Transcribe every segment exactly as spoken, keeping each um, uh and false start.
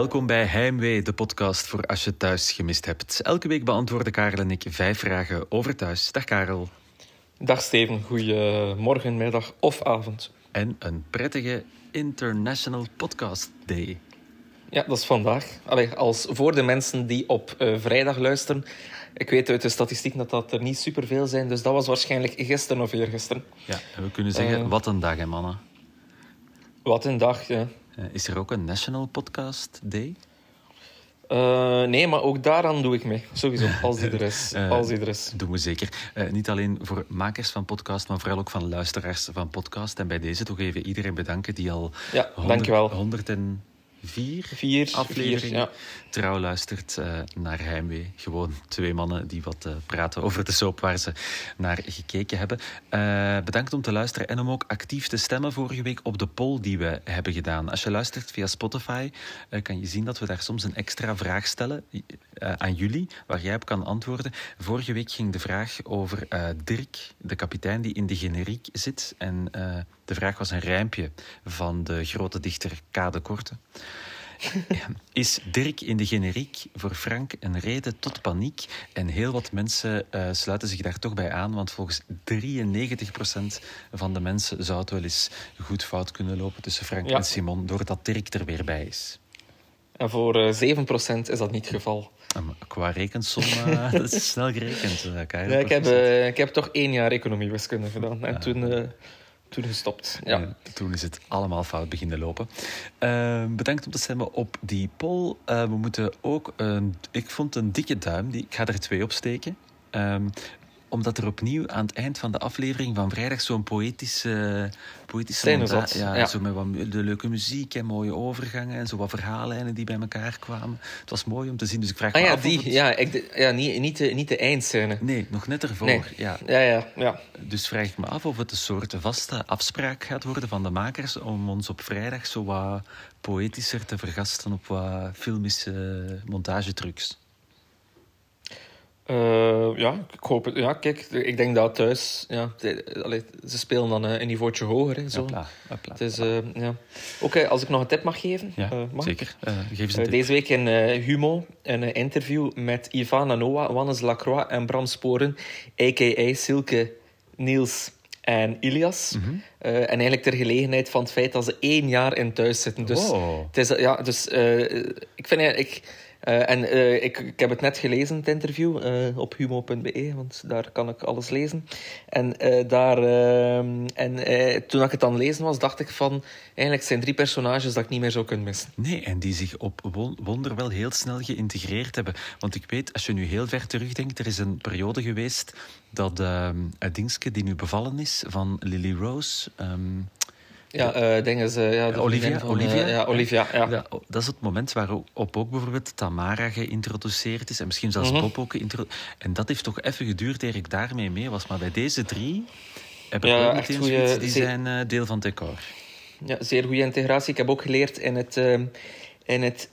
Welkom bij Heimwee, de podcast voor als je thuis gemist hebt. Elke week beantwoorden Karel en ik vijf vragen over thuis. Dag Karel. Dag Steven, goedemorgen, middag of avond. En een prettige International Podcast Day. Ja, dat is vandaag. Allee, als voor de mensen die op uh, vrijdag luisteren. Ik weet uit de statistiek dat dat er niet superveel zijn, dus dat was waarschijnlijk gisteren of eergisteren. Ja, en we kunnen zeggen, uh, wat een dag hè mannen. Wat een dag, ja. Uh, is er ook een National Podcast Day? Uh, nee, maar ook daaraan doe ik mee. Sowieso, als die er is. uh, als die er is. Doen we zeker. Uh, niet alleen voor makers van podcast, maar vooral ook van luisteraars van podcast. En bij deze toch even iedereen bedanken die al ja, honderd, honderd en vier vier afleveringen vier, ja. trouw luistert uh, naar Heimwee. Gewoon twee mannen die wat uh, praten over de soap waar ze naar gekeken hebben. Uh, bedankt om te luisteren en om ook actief te stemmen vorige week op de poll die we hebben gedaan. Als je luistert via Spotify, uh, kan je zien dat we daar soms een extra vraag stellen uh, aan jullie, waar jij op kan antwoorden. Vorige week ging de vraag over uh, Dirk, de kapitein die in de generiek zit. En uh, de vraag was een rijmpje van de grote dichter K. de Korte. Is Dirk in de generiek voor Frank een reden tot paniek? En heel wat mensen uh, sluiten zich daar toch bij aan, want volgens drieënnegentig procent van de mensen zou het wel eens goed fout kunnen lopen tussen Frank ja. en Simon, doordat Dirk er weer bij is. En voor uh, zeven procent is dat niet het geval. Um, qua rekensom, uh, dat is snel gerekend. Uh, ja, ik, heb, uh, ik heb toch één jaar economiewiskunde gedaan en uh, toen... Uh, Toen gestopt, ja. En toen is het allemaal fout beginnen lopen. Uh, bedankt om te stemmen op die poll. Uh, we moeten ook... Een, ik vond een dikke duim. Die, ik ga er twee op steken. Um, omdat er opnieuw aan het eind van de aflevering van vrijdag zo'n poëtische... poëtische monta- ja, ja. Zo met wat de leuke muziek en mooie overgangen en zo wat verhaallijnen die bij elkaar kwamen. Het was mooi om te zien, dus ik vraag ah, me ja, af... Die, het... Ja, ik, ja niet, niet, de, niet de eindscène. Nee, nog net ervoor. Nee. Ja. Ja, ja, ja. Dus vraag ik me af of het een soort vaste afspraak gaat worden van de makers om ons op vrijdag zo wat poëtischer te vergasten op wat filmische montagetrucs. Uh, ja, ik hoop het. Ja, kijk, ik denk dat thuis... Ja, de, allee, ze spelen dan een niveautje hoger. Hè, zo. Hopla, hopla. Het is, uh, ja. Ook uh, als ik nog een tip mag geven. Ja, uh, mag zeker. Uh, geef eens een uh, tip. Deze week in uh, Humo een uh, interview met Ivana Noah, Wannes Lacroix en Bram Sporen, a k a. Silke, Niels en Ilias. Mm-hmm. Uh, en eigenlijk ter gelegenheid van het feit dat ze één jaar in thuis zitten. Dus, oh. het is, uh, ja, dus uh, ik vind... Uh, ik, Uh, en uh, ik, ik heb het net gelezen, het interview, uh, op humo punt b e, want daar kan ik alles lezen. En, uh, daar, uh, en uh, toen ik het aan het lezen was, dacht ik van... Eigenlijk zijn drie personages dat ik niet meer zou kunnen missen. Nee, en die zich op wonder wel heel snel geïntegreerd hebben. Want ik weet, als je nu heel ver terugdenkt, er is een periode geweest dat uh, het dingske die nu bevallen is van Lily Rose... Um, Ja, uh, dingen ze, ja, de Olivia, van, Olivia, uh, ja, Olivia, ja. ja. Dat is het moment waarop ook bijvoorbeeld Tamara geïntroduceerd is en misschien zelfs mm-hmm. Pop ook geïntroduceerd. En dat heeft toch even geduurd eer ik daarmee mee was. Maar bij deze drie heb ik ja, wel meteen goeie, zoiets, die zeer, zijn uh, deel van het decor. Ja, zeer goede integratie. Ik heb ook geleerd in het, uh, in het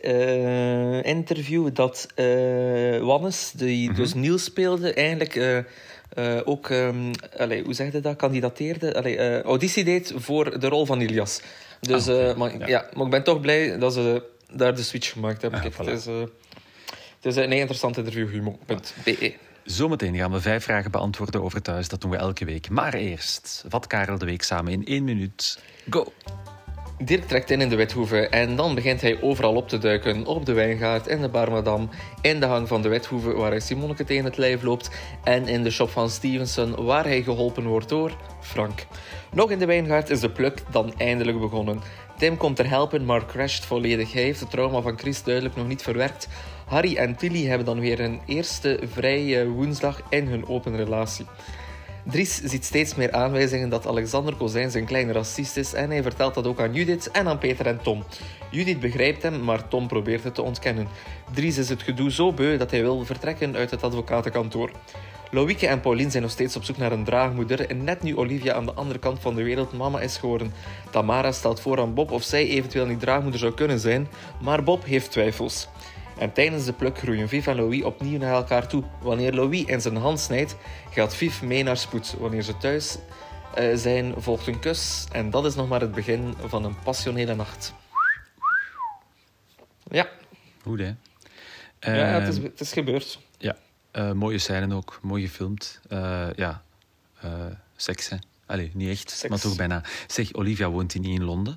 uh, interview dat uh, Wannes, die mm-hmm. dus Niels speelde, eigenlijk... Uh, Uh, ook, um, allez, hoe zeg je dat, kandidateerde, allez, uh, auditie deed voor de rol van Ilias. Dus, ah, okay. uh, maar, ja. Ja, maar ik ben toch blij dat ze daar de switch gemaakt hebben. Ja, voilà. Het is, uh, het is een interessant interview, humo punt b e. Zometeen gaan we vijf vragen beantwoorden over thuis. Dat doen we elke week. Maar eerst, vat Karel de week samen in één minuut. Go! Dirk trekt in in de Wethoeve en dan begint hij overal op te duiken. Op de Wijngaard, in de Barmadam, in de hang van de Wethoeve waar hij Simonneke tegen het lijf loopt en in de shop van Stevenson waar hij geholpen wordt door Frank. Nog in de Wijngaard is de pluk dan eindelijk begonnen. Tim komt er helpen, maar crasht volledig. Hij heeft het trauma van Chris duidelijk nog niet verwerkt. Harry en Tilly hebben dan weer een eerste vrije woensdag in hun open relatie. Dries ziet steeds meer aanwijzingen dat Alexander Kozijn zijn kleine racist is en hij vertelt dat ook aan Judith en aan Peter en Tom. Judith begrijpt hem, maar Tom probeert het te ontkennen. Dries is het gedoe zo beu dat hij wil vertrekken uit het advocatenkantoor. Loïke en Pauline zijn nog steeds op zoek naar een draagmoeder en net nu Olivia aan de andere kant van de wereld mama is geworden. Tamara stelt voor aan Bob of zij eventueel niet draagmoeder zou kunnen zijn, maar Bob heeft twijfels. En tijdens de pluk groeien Viv en Louis opnieuw naar elkaar toe. Wanneer Louis in zijn hand snijdt, gaat Viv mee naar spoed. Wanneer ze thuis uh, zijn, volgt een kus. En dat is nog maar het begin van een passionele nacht. Ja, Goed, hè? Uh, ja, het is, het is gebeurd. Ja, uh, mooie scène ook. Mooi gefilmd. Uh, ja, uh, seks, hè? Allee, niet echt, seks. Maar toch bijna. Zeg, Olivia woont niet in Londen?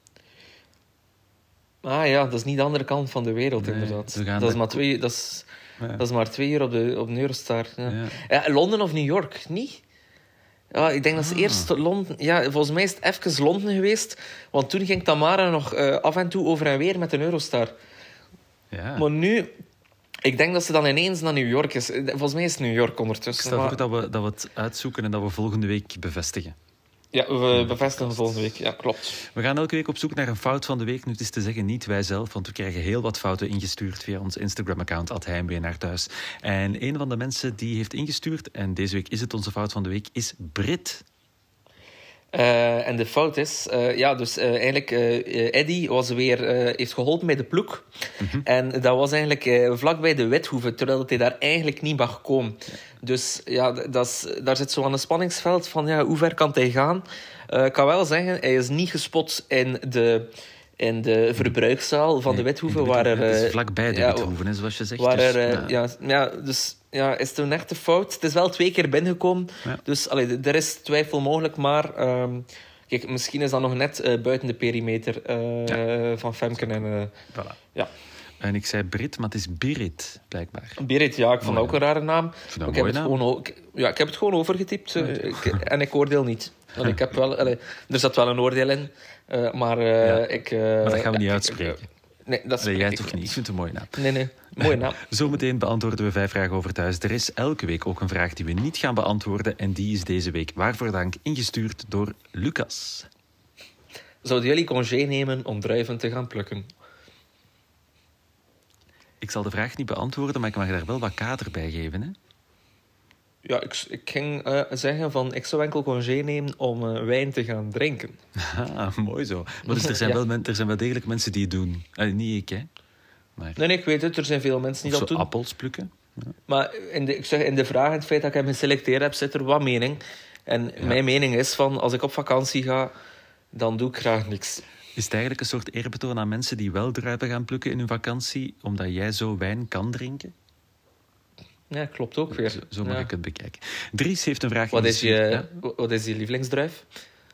Ah ja, dat is niet de andere kant van de wereld, nee, inderdaad. Dat, dat, is maar twee, dat, is, ja. dat is maar twee uur op de, op de Eurostar. Ja. Ja. Ja, Londen of New York, niet? Ja, ik denk dat ze ah. eerst Londen... Ja, volgens mij is het even Londen geweest. Want toen ging Tamara nog uh, af en toe over en weer met een Eurostar. Ja. Maar nu... Ik denk dat ze dan ineens naar New York is. Volgens mij is het New York ondertussen. Ik stel maar... voor dat we, dat we het uitzoeken en dat we volgende week bevestigen. Ja, we bevestigen volgende week. Ja, klopt. We gaan elke week op zoek naar een fout van de week. Nu, het is te zeggen, niet wij zelf, want we krijgen heel wat fouten ingestuurd via ons Instagram-account, at Heimwee naar thuis. En een van de mensen die heeft ingestuurd, en deze week is het onze fout van de week, is Brit. Uh, en de fout is, uh, ja, dus uh, eigenlijk, uh, Eddy was weer, uh, heeft geholpen bij de ploeg. Mm-hmm. En dat was eigenlijk uh, vlakbij de Wethoeve, terwijl hij daar eigenlijk niet mag komen. Ja. Dus ja, dat is, daar zit zo aan een spanningsveld van, ja, hoe ver kan hij gaan? Uh, ik kan wel zeggen, hij is niet gespot in de... in de verbruikszaal van nee, de Wethoeve, de waar er... Het is vlakbij de ja, Wethoeve, zoals je zegt. Waar dus, er, uh, ja. Ja, ja, dus ja, is het een echte fout. Het is wel twee keer binnengekomen, ja. Dus allee, er is twijfel mogelijk, maar... Um, kijk, misschien is dat nog net uh, buiten de perimeter uh, ja. van Femke en... Uh, voilà. Ja. En ik zei Brit, maar het is Berit, blijkbaar. Berit, ja, ik vond dat ook een rare naam. Ik vind dat ik, heb het gewoon, ik, ja, ik heb het gewoon overgetypt uh, ik, en ik oordeel niet. Want ik heb wel, allee, er zat wel een oordeel in, uh, maar uh, ja. ik... Uh, maar dat gaan we niet uitspreken. Ik, uh, nee, dat nee, jij ik toch niet? Ik vind het een mooie naam. Nee, nee, mooie naam. Zometeen beantwoorden we vijf vragen over thuis. Er is elke week ook een vraag die we niet gaan beantwoorden en die is deze week, waarvoor dank, ingestuurd door Lucas. Zouden jullie congé nemen om druiven te gaan plukken? Ik zal de vraag niet beantwoorden, maar ik mag daar wel wat kader bij geven, hè? Ja, ik, ik ging uh, zeggen van... Ik zou enkel congé nemen om uh, wijn te gaan drinken. Ah, mooi zo. Maar dus er, zijn ja. wel, er zijn wel degelijk mensen die het doen. Uh, niet ik, hè. Maar... Nee, nee, ik weet het. Er zijn veel mensen die of dat zo doen. appels plukken. Ja. Maar in de, ik zeg, in de vraag, het feit dat ik hem geselecteerd heb, zit er wat mening. En ja. Mijn mening is van... Als ik op vakantie ga, dan doe ik graag niks. Is het eigenlijk een soort eerbetoon aan mensen die wel druiven gaan plukken in hun vakantie, omdat jij zo wijn kan drinken? Ja, klopt ook weer. Zo, zo mag ja. ik het bekijken. Dries heeft een vraag. Wat is je, ja? Wat is je lievelingsdruif?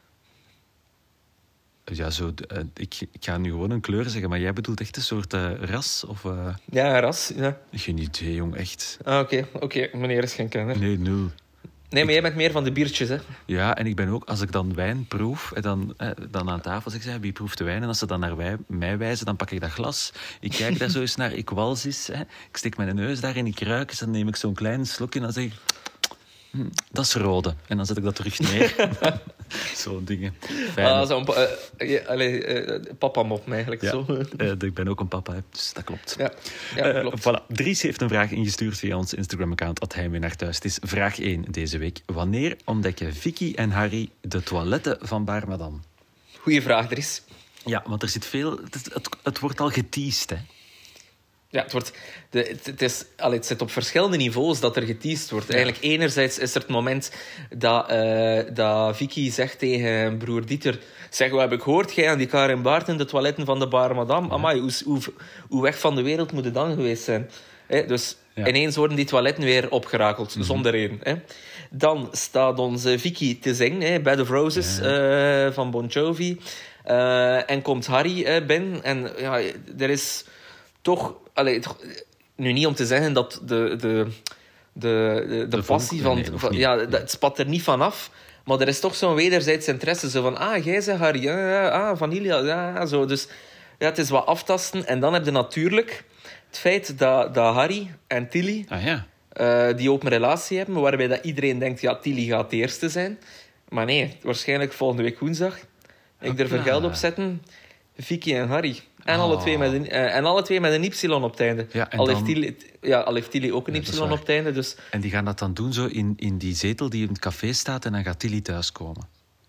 Ja, zo, uh, ik, ik ga nu gewoon een kleur zeggen, maar jij bedoelt echt een soort uh, ras? Of, uh... Ja, een ras. Ja. Geen idee, jong, echt. Ah, oké, oké. Okay. Meneer is geen kenner. Nee, nul. Nee, maar ik... jij bent meer van de biertjes, hè? Ja, en ik ben ook, als ik dan wijn proef, en dan, eh, dan aan tafel zeg ik, wie proeft de wijn? En als ze dan naar wij, mij wijzen, dan pak ik dat glas. Ik kijk daar zo eens naar, ik wals eens. Hè. Ik steek mijn neus daarin, ik ruik eens, dan neem ik zo'n klein slokje en dan zeg ik... Hm, dat is rode. En dan zet ik dat terug neer. Zo'n dingen. Ah, zo'n pa- uh, ja, allee, uh, papa-mop, eigenlijk. Ja. Zo. Uh, ik ben ook een papa, hè, dus dat klopt. Ja, ja klopt. Uh, voilà. Dries heeft een vraag ingestuurd via ons Instagram-account, at Heimwee naar thuis. Het is vraag één deze week. Wanneer ontdekken Vicky en Harry de toiletten van Bar Madame? Goeie vraag, Dries. Ja, want er zit veel... Het, het, het wordt al geteased, hè. Ja, het, wordt de, het, het, is, allee, het zit op verschillende niveaus dat er geteased wordt. Ja. Eigenlijk, enerzijds is er het moment dat, uh, dat Vicky zegt tegen broer Dieter... Zeg, wat heb ik gehoord? Jij aan die Karin Baart in de toiletten van de Bar Madame. Ja. Amai, hoe, hoe, hoe weg van de wereld moet het dan geweest zijn? He, dus ja. Ineens worden die toiletten weer opgerakeld, mm-hmm. Zonder reden. He. Dan staat onze Vicky te zingen, he, Bed of Roses, ja. uh, van Bon Jovi. Uh, en komt Harry uh, binnen. En ja, er is... Toch, allee, nu niet om te zeggen dat de, de, de, de, de passie van... Nee, van ja, dat, het spat er niet van af. Maar er is toch zo'n wederzijds interesse. Zo van, ah, jij zegt Harry. Ja, ah, Vanilla. Ja, zo. Dus ja, het is wat aftasten. En dan heb je natuurlijk het feit dat, dat Harry en Tilly... Ah, ja. uh, die open relatie hebben. Waarbij dat iedereen denkt, ja, Tilly gaat de eerste zijn. Maar nee, waarschijnlijk volgende week woensdag. Ik durf er geld op zetten. Vicky en Harry. En, oh. alle twee met een, uh, en alle twee met een Y op het einde. Ja, al, dan... heeft Tilly, ja, al heeft Tilly ook een ja, Y op het einde. Dus... En die gaan dat dan doen zo in, in die zetel die in het café staat en dan gaat Tilly thuiskomen.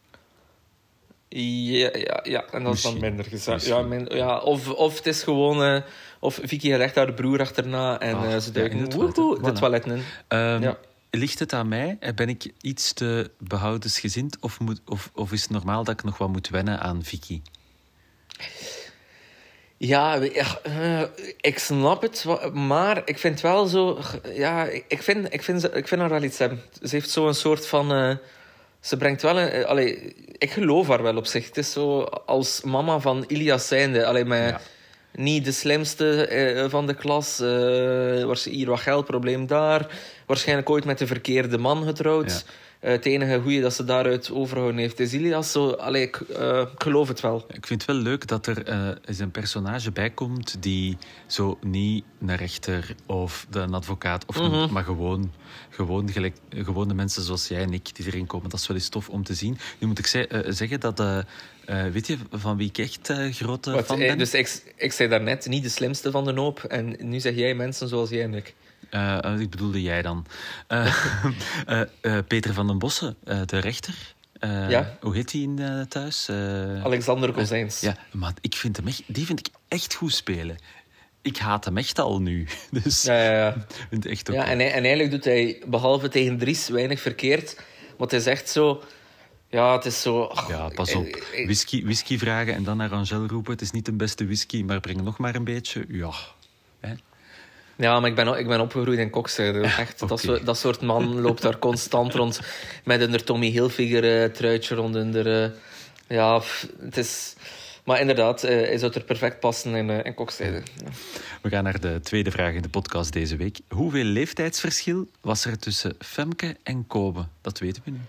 Ja, ja, ja. En dat is dan minder gezegd. Ja, min, ja, of, of het is gewoon... Uh, of Vicky gaat echt haar broer achterna en oh, uh, ze duiken ja, in de toiletten, voilà. de toiletten in. Um, ja. Ligt het aan mij? Ben ik iets te behoudensgezind? Of, moet, of, of is het normaal dat ik nog wat moet wennen aan Vicky? Ja, ja uh, ik snap het, maar ik vind wel zo... Ja, ik vind, ik vind, ik vind haar wel iets hebben. Ze heeft zo'n soort van... Uh, ze brengt wel een... Uh, allee, ik geloof haar wel op zich. Het is zo als mama van Ilias zijnde. Allee, met ja. Niet de slimste uh, van de klas. Uh, was hier wat geldprobleem daar. Waarschijnlijk ooit met de verkeerde man getrouwd. Ja. Uh, het enige goeie dat ze daaruit overhouden heeft is Ilias. Zo, allee, ik, uh, ik geloof het wel. Ik vind het wel leuk dat er uh, eens een personage bij komt die zo niet een rechter of een advocaat, of mm-hmm. een, maar gewoon, gewoon, gelijk, gewoon de mensen zoals jij en ik die erin komen. Dat is wel eens tof om te zien. Nu moet ik ze, uh, zeggen dat... Uh, uh, weet je van wie ik echt uh, grote Wat, fan ben? Dus ik, ik zei daarnet niet de slimste van de hoop. En nu zeg jij mensen zoals jij en ik. Uh, ik bedoelde jij dan. Uh, uh, uh, Peter van den Bossen, uh, de rechter. Uh, ja? Hoe heet hij in uh, thuis? Uh, Alexander Kozijns. Uh, ja, maar ik vind hem echt, die vind ik echt goed spelen. Ik haat hem echt al nu. Dus, ja, ja, ja. Vind echt ook ja en, hij, en eigenlijk doet hij, behalve tegen Dries, weinig verkeerd. Want hij zegt zo... Ja, het is zo... Ach, ja, pas op. Whisky, whisky vragen en dan naar Angel roepen. Het is niet de beste whisky, maar breng nog maar een beetje. Ja, hè? Ja, maar ik ben, ik ben opgegroeid in Kokzijde. Echt, okay. dat, soort, dat soort man loopt daar constant rond met een Tommy Hilfiger uh, truitje rond. En uh, ja, pff, het is... Maar inderdaad, uh, hij zou er perfect passen in, uh, in Kokzijde. Ja. We gaan naar de tweede vraag in de podcast deze week. Hoeveel leeftijdsverschil was er tussen Femke en Kobe? Dat weten we nu.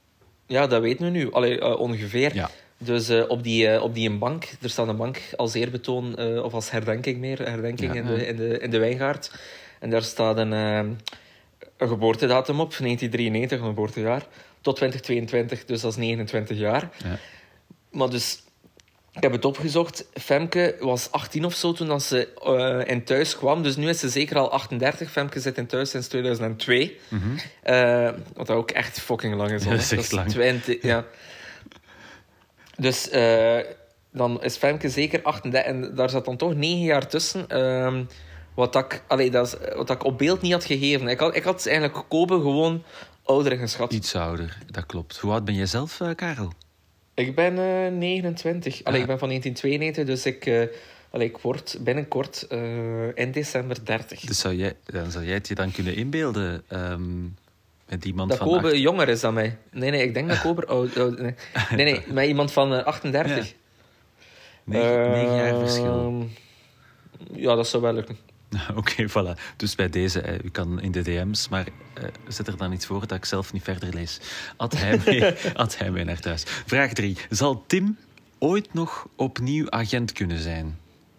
Ja, dat weten we nu. Allee, uh, ongeveer. Ja. Dus uh, op, die, uh, op die een bank, er staat een bank als eerbetoon, uh, of als herdenking meer, herdenking ja, in, de, in, de, in de wijngaard. En daar staat een, uh, een geboortedatum op, negentien drieënnegentig, een geboortejaar, tot twintig tweeëntwintig, dus dat is negenentwintig jaar. Ja. Maar dus, ik heb het opgezocht, Femke was achttien of zo toen dat ze uh, in thuis kwam, dus nu is ze zeker al achtendertig. Femke zit in thuis sinds tweeduizend twee. Mm-hmm. Uh, wat dat ook echt fucking lang is. Ja, dat is echt lang. twintig, ja. Dus uh, dan is Femke zeker achtendertig. En daar zat dan toch negen jaar tussen. Uh, wat, ik, allee, dat is, wat ik op beeld niet had gegeven. Ik had, ik had eigenlijk Kobe gewoon ouder geschat. Iets ouder, dat klopt. Hoe oud ben jij zelf, uh, Karel? Ik ben uh, negenentwintig. Allee, ah. Ik ben van negentien tweeënnegentig, dus ik, uh, allee, ik word binnenkort uh, in december dertig. Dus zou jij, dan zou jij het je dan kunnen inbeelden... Um... Met iemand dat van Kobe acht... jonger is dan mij. Nee, nee, ik denk dat Kobe... Oh, oh, nee. nee, nee, met iemand van uh, achtendertig. Ja. Negen, uh, negen jaar verschil. Ja, dat zou wel lukken. Oké, okay, voilà. Dus bij deze, uh, u kan in de D M's, maar uh, zet er dan iets voor dat ik zelf niet verder lees. Had hij mee, had hij mee naar thuis. Vraag drie. Zal Tim ooit nog opnieuw agent kunnen zijn?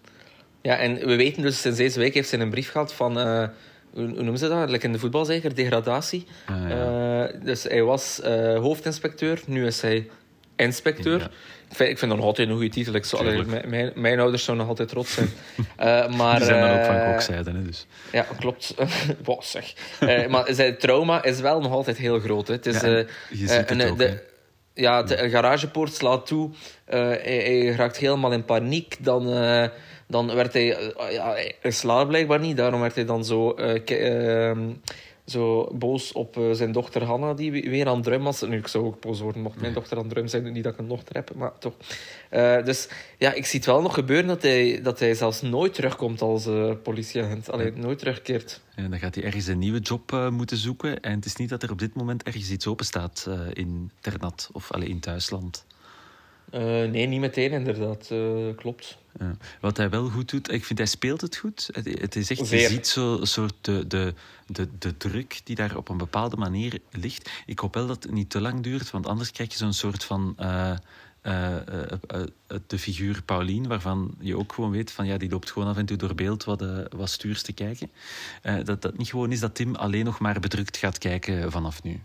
Ja, en we weten dus, sinds deze week heeft hij een brief gehad van... Uh, Hoe noemen ze dat? Like in de voetbal zeker, degradatie. Ah, ja. uh, dus hij was uh, hoofdinspecteur, nu is hij inspecteur. Ja. Ik, vind, ik vind dat nog altijd een goede titel. Ik zou, allee, mijn, mijn, mijn ouders zouden nog altijd trots zijn. Uh, maar, Die zijn dan uh, ook van Kokzijde, hè, dus. Ja, klopt. Wow, zeg. Uh, maar zijn trauma is wel nog altijd heel groot. Hè. Het is, ja, uh, je ziet het uh, ook, de, ja, de garagepoort slaat toe. Uh, hij, hij raakt helemaal in paniek. Dan... Uh, Dan werd hij... Uh, ja, hij slaapt blijkbaar niet. Daarom werd hij dan zo, uh, ke- uh, zo boos op uh, zijn dochter Hanna, die weer aan het drum was. Nu, ik zou ook boos worden mocht mijn dochter aan het drum zijn. Niet dat ik een dochter heb, maar toch. Uh, dus ja, ik zie het wel nog gebeuren dat hij, dat hij zelfs nooit terugkomt als uh, politieagent. Allee, nooit terugkeert. En dan gaat hij ergens een nieuwe job uh, moeten zoeken. En het is niet dat er op dit moment ergens iets open staat uh, in Ternat of allee, in thuisland. Uh, nee, niet meteen inderdaad. Uh, klopt. Ja. Wat hij wel goed doet, ik vind hij speelt het goed. Het, het is echt, je ziet zo een soort de, de, de, de druk die daar op een bepaalde manier ligt. Ik hoop wel dat het niet te lang duurt, want anders krijg je zo'n soort van uh, uh, uh, uh, uh, de figuur Paulien, waarvan je ook gewoon weet van ja, die loopt gewoon af en toe door beeld wat, uh, wat stuurs te kijken. Uh, dat dat niet gewoon is dat Tim alleen nog maar bedrukt gaat kijken vanaf nu.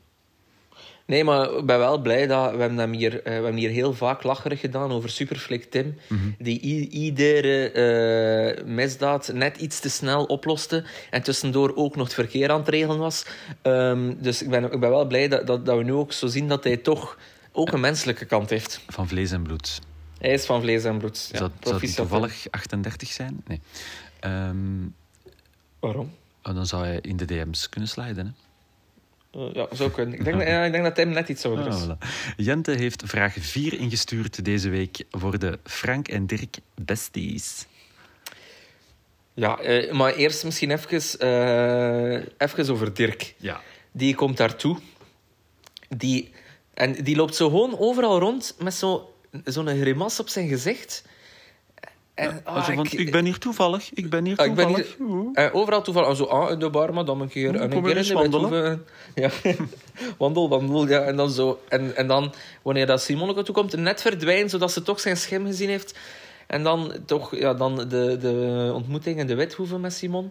Nee, maar ik ben wel blij dat we hebben, hier, uh, we hebben hier heel vaak lacherig gedaan over Superflik Tim, mm-hmm. die i- iedere uh, misdaad net iets te snel oploste en tussendoor ook nog het verkeer aan het regelen was. Um, dus ik ben, ik ben wel blij dat, dat, dat we nu ook zo zien dat hij toch ook een menselijke kant heeft. Van vlees en bloed. Hij is van vlees en bloed. Ja, zou, zou hij toevallig achtendertig zijn? Nee. Um, Waarom? Oh, dan zou hij in de D M's kunnen sliden, hè? Uh, ja, zo kunnen. Ik denk, ja, ik denk dat Tim net iets ouder is. Oh, voilà. Jente heeft vraag vier ingestuurd deze week voor de Frank en Dirk Besties. Ja, uh, maar eerst misschien even, uh, even over Dirk. Ja. Die komt daartoe. Die, en die loopt zo gewoon overal rond met zo, zo'n grimas op zijn gezicht. En, ja, oh, ik, van, ik ben hier toevallig. Ik ben hier toevallig. Ik ben hier, uh, overal toevallig. En zo, ah, in de bar, maar dan een keer. Oeh, en een keer in de wandelen. Ja. wandel, wandel. Ja. En dan zo. En, en dan, wanneer dat Simonneke toekomt, net verdwijnt, zodat ze toch zijn schim gezien heeft. En dan toch ja, dan de, de ontmoeting in de Withoeve met Simon.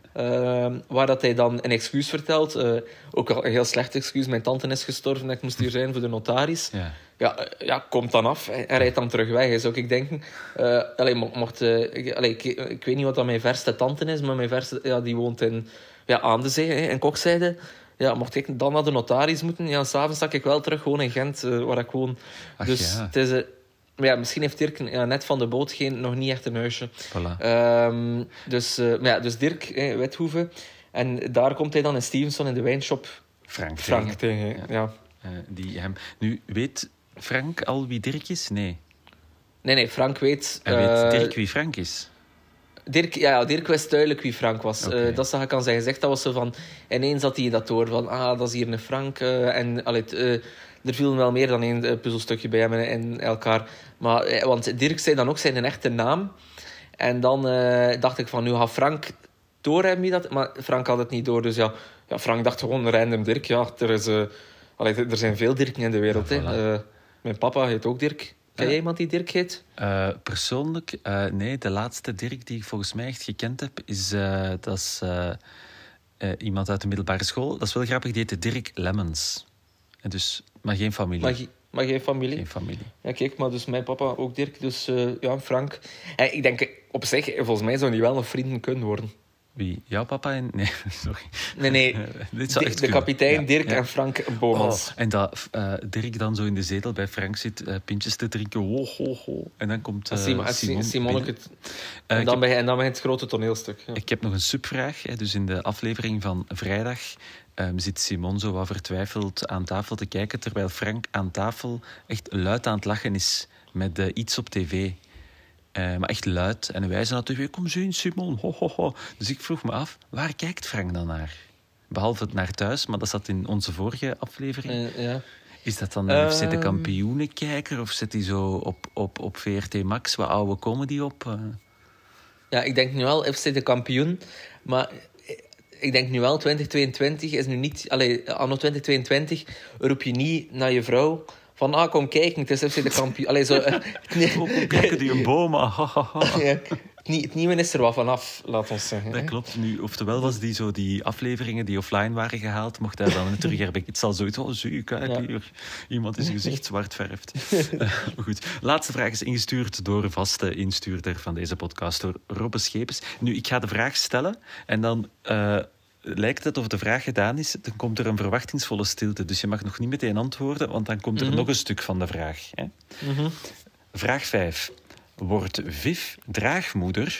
Ja. Uh, waar dat hij dan een excuus vertelt. Uh, ook al een heel slecht excuus. Mijn tante is gestorven en ik moest hier zijn voor de notaris. Ja. Ja, ja, komt dan af en rijdt dan terug weg, zou ik denken. Uh, allee, mocht, uh, allee, ik, ik weet niet wat dat mijn verste tante is, maar mijn verste, ja, die woont in, ja, aan de zee, hè, in Kokzijde. Ja, mocht ik dan naar de notaris moeten, ja, s'avonds sta ik wel terug gewoon in Gent, uh, waar ik woon. Ach, dus ja. Het is... Uh, maar ja, misschien heeft Dirk ja, net van de boot geen, nog niet echt een huisje. Voilà. Um, dus, uh, maar ja, dus Dirk, eh, Withoeve. En daar komt hij dan in Stevenson in de wijnshop Frank, Frank tegen. tegen ja. Ja. Uh, die hem... Nu, weet Frank al wie Dirk is? Nee. Nee, nee, Frank weet... En uh, weet Dirk wie Frank is? Dirk, ja, ja, Dirk wist duidelijk wie Frank was. Okay. Uh, dat zag ik aan zijn gezicht. Dat was zo van... Ineens had hij dat door van... Ah, dat is hier een Frank. Uh, en allee, uh, er viel wel meer dan één puzzelstukje bij hem in elkaar. Maar, uh, want Dirk zei dan ook zijn echte naam. En dan uh, dacht ik van... Nu gaat Frank door hebben wie dat... Maar Frank had het niet door. Dus ja, ja Frank dacht gewoon random Dirk. Ja, er, is, uh, allee, er zijn veel Dirken in de wereld. Ja, voilà. uh, mijn papa heet ook Dirk. Ken jij iemand die Dirk heet? Uh, persoonlijk, uh, nee. De laatste Dirk die ik volgens mij echt gekend heb, is, uh, dat is uh, uh, iemand uit de middelbare school. Dat is wel grappig, die heette Dirk Lemmens. En dus, maar geen familie. Maar, maar geen familie? Geen familie. Ja, kijk, maar dus mijn papa ook Dirk, dus uh, ja, Frank. En ik denk, op zich, volgens mij zouden die wel nog vrienden kunnen worden. Wie? Jouw papa en... Nee, sorry. Nee, nee. Dit zou de, de kapitein, ja, Dirk ja. en Frank Bomans. Oh, en dat uh, Dirk dan zo in de zetel bij Frank zit, uh, pintjes te drinken. Ho, ho, ho. En dan komt uh, Simon. Simon, Simon het, en, uh, dan heb, en dan begint het grote toneelstuk. Ja. Ik heb nog een subvraag. Hè. Dus in de aflevering van vrijdag um, zit Simon zo wat vertwijfeld aan tafel te kijken, terwijl Frank aan tafel echt luid aan het lachen is met uh, iets op tv. Uh, maar echt luid. En wij zijn natuurlijk, kom zo in, Simon. Ho, ho, ho. Dus ik vroeg me af, waar kijkt Frank dan naar? Behalve het naar thuis, maar dat zat in onze vorige aflevering. Uh, ja. Is dat dan een uh, F C de Kampioenenkijker? Of zit hij zo op, op, op V R T Max wat oude comedy op? Uh? Ja, ik denk nu wel F C de Kampioen. Maar ik denk nu wel, twintig tweeëntwintig is nu niet... Allee, anno twintig tweeëntwintig roep je niet naar je vrouw... Van, ah, kom kijken, het is F C de Kampioen. Allee, zo... Uh, nee. Oh, kom kijken, die een boom. Ah, ja, het nieuwe is er wat vanaf, laat ons zeggen. Dat hè? klopt. Nu, oftewel was die zo die afleveringen die offline waren gehaald, mocht hij dan terug herbekken. Het zal zoiets... Oh, zie je, kijk ja. hier. Iemand is zijn gezicht zwart verft. uh, goed. Laatste vraag is ingestuurd door vaste instuurder van deze podcast, door Robbe Schepens. Nu, ik ga de vraag stellen en dan... Uh, lijkt het of de vraag gedaan is, dan komt er een verwachtingsvolle stilte. Dus je mag nog niet meteen antwoorden, want dan komt er mm-hmm. nog een stuk van de vraag. Hè? Mm-hmm. Vraag vijf. Wordt Viv draagmoeder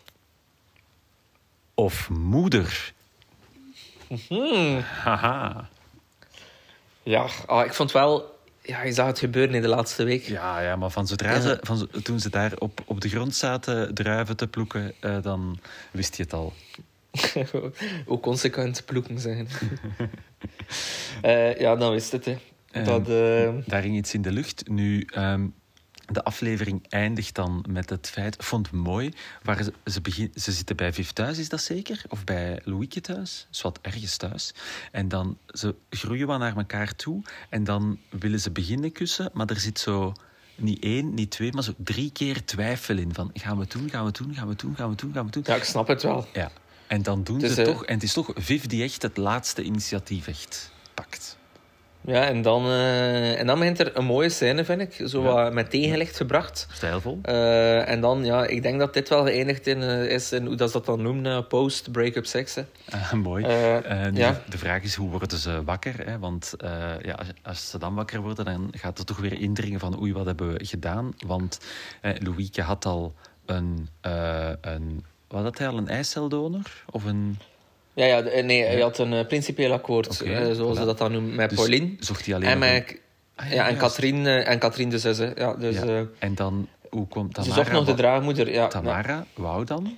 of moeder? Mm-hmm. Haha. Ja, oh, ik vond wel... Ja, je zag het gebeuren in de laatste week. Ja, ja maar van zodra ja. ze, van, toen ze daar op, op de grond zaten druiven te ploeken, uh, dan wist je het al. Hoe consequent ploegen zijn. uh, ja, dan wist het. Hè. Dat, uh... Daar ging iets in de lucht. Nu, um, de aflevering eindigt dan met het feit... Ik vond het mooi. Waar ze, ze, begin, ze zitten bij Viv thuis, is dat zeker? Of bij Louieke thuis? Dus wat ergens thuis. En dan, ze groeien wat naar elkaar toe. En dan willen ze beginnen kussen. Maar er zit zo... Niet één, niet twee, maar zo drie keer twijfel in. Van, gaan we het doen, gaan we het doen, gaan we het doen, gaan we het doen, gaan we het doen. Ja, ik snap het wel. Ja. En dan doen dus, ze het uh, toch. En het is toch Viv die echt het laatste initiatief echt pakt. Ja, en dan, uh, en dan begint er een mooie scène, vind ik. Zo ja. wat met tegenlicht gebracht. Stijlvol. Uh, en dan, ja, ik denk dat dit wel geëindigd in, uh, is in hoe dat ze dat dan noemen, uh, post-breakup seks. Hè. Uh, mooi. Uh, uh, nu, ja. De vraag is, hoe worden ze wakker? Hè? Want uh, ja, als, als ze dan wakker worden, dan gaat het toch weer indringen van oei, wat hebben we gedaan? Want uh, Louieke had al een... Uh, een Wat had hij al, een eiceldonor? Of een... Ja, ja, nee, hij had een uh, principieel akkoord, okay, uh, zoals voilà. ze dat dan noemen, met dus Pauline. Zocht hij alleen en met, een... ah, ja, ja, en Katrien, uh, en Katrien de zus. Ja, dus, ja. uh, En dan, hoe komt Tamara... Ze zocht nog de draagmoeder, ja. Tamara ja. wou dan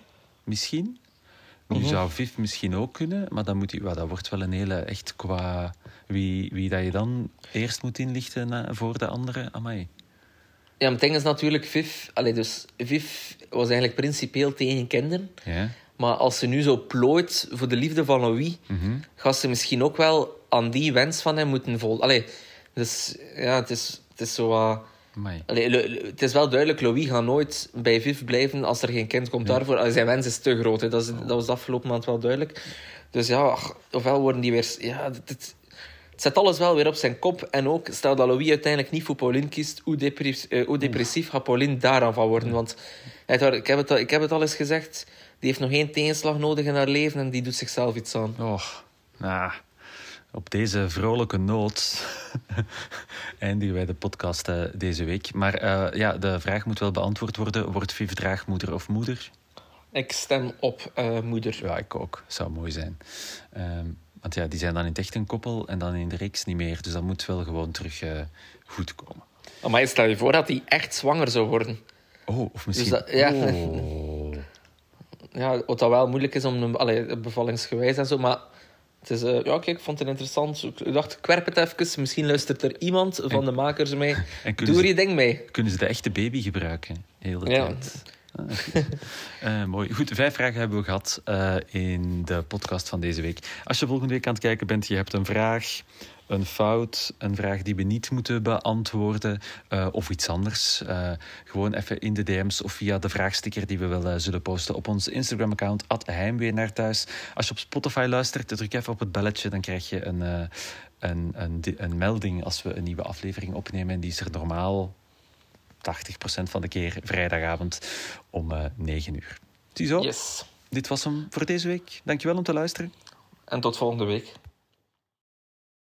misschien. Nu Mhm. zou Viv misschien ook kunnen, maar dan moet hij, well, dat wordt wel een hele, echt qua wie, wie dat je dan eerst moet inlichten na, voor de andere. Amai. Ja, maar het ding is natuurlijk, Viv... Allee, dus Viv was eigenlijk principieel tegen kinderen. Ja. Maar als ze nu zo plooit voor de liefde van Louis, Mhm. gaat ze misschien ook wel aan die wens van hem moeten volgen. Allee, dus ja, het is, het is zo wat... Amai. Allee, Lo- Lo- het is wel duidelijk, Louis gaat nooit bij Viv blijven als er geen kind komt. Ja. Daarvoor, allee, zijn wens is te groot. Hè. Dat, is, dat was de afgelopen maand wel duidelijk. Dus ja, ach, ofwel worden die weer... Ja, het, het, het zet alles wel weer op zijn kop. En ook, stel dat Louis uiteindelijk niet voor Pauline kiest, hoe, depressief, eh, hoe depressief gaat Pauline daaraan van worden? Want uiteraard, ik heb, het, al- ik heb het al eens gezegd, die heeft nog geen tegenslag nodig in haar leven en die doet zichzelf iets aan. Oh, nou, op deze vrolijke noot eindigen wij de podcast uh, deze week. Maar uh, ja, de vraag moet wel beantwoord worden. Wordt Viv draagmoeder of moeder? Ik stem op uh, moeder. Ja, ik ook. Zou mooi zijn. Um, want ja, die zijn dan in het echt een koppel en dan in de reeks niet meer. Dus dat moet wel gewoon terug uh, goed komen. Maar stel je voor dat hij echt zwanger zou worden. Oh, of misschien... Dus dat, ja. Oh. Ja, wat dat wel moeilijk is om een, allee, bevallingsgewijs en zo, maar het is, uh, ja, kijk, ik vond het interessant. Ik dacht, ik werp het even. Misschien luistert er iemand van en, de makers mee. Doe er je ding mee. Kunnen ze de echte baby gebruiken? Heel de ja. tijd. Ah, goed. Uh, mooi. Goed, vijf vragen hebben we gehad uh, in de podcast van deze week. Als je volgende week aan het kijken bent, je hebt een vraag, een fout, een vraag die we niet moeten beantwoorden uh, of iets anders. Uh, gewoon even in de D M's of via de vraagsticker die we wel uh, zullen posten op ons Instagram-account, at heimwee naar thuis. Als je op Spotify luistert, druk even op het belletje, dan krijg je een, uh, een, een, een melding als we een nieuwe aflevering opnemen. En die is er normaal tachtig procent van de keer vrijdagavond om uh, negen uur. Ziezo, yes. Dit was hem voor deze week. Dankjewel om te luisteren. En tot volgende week.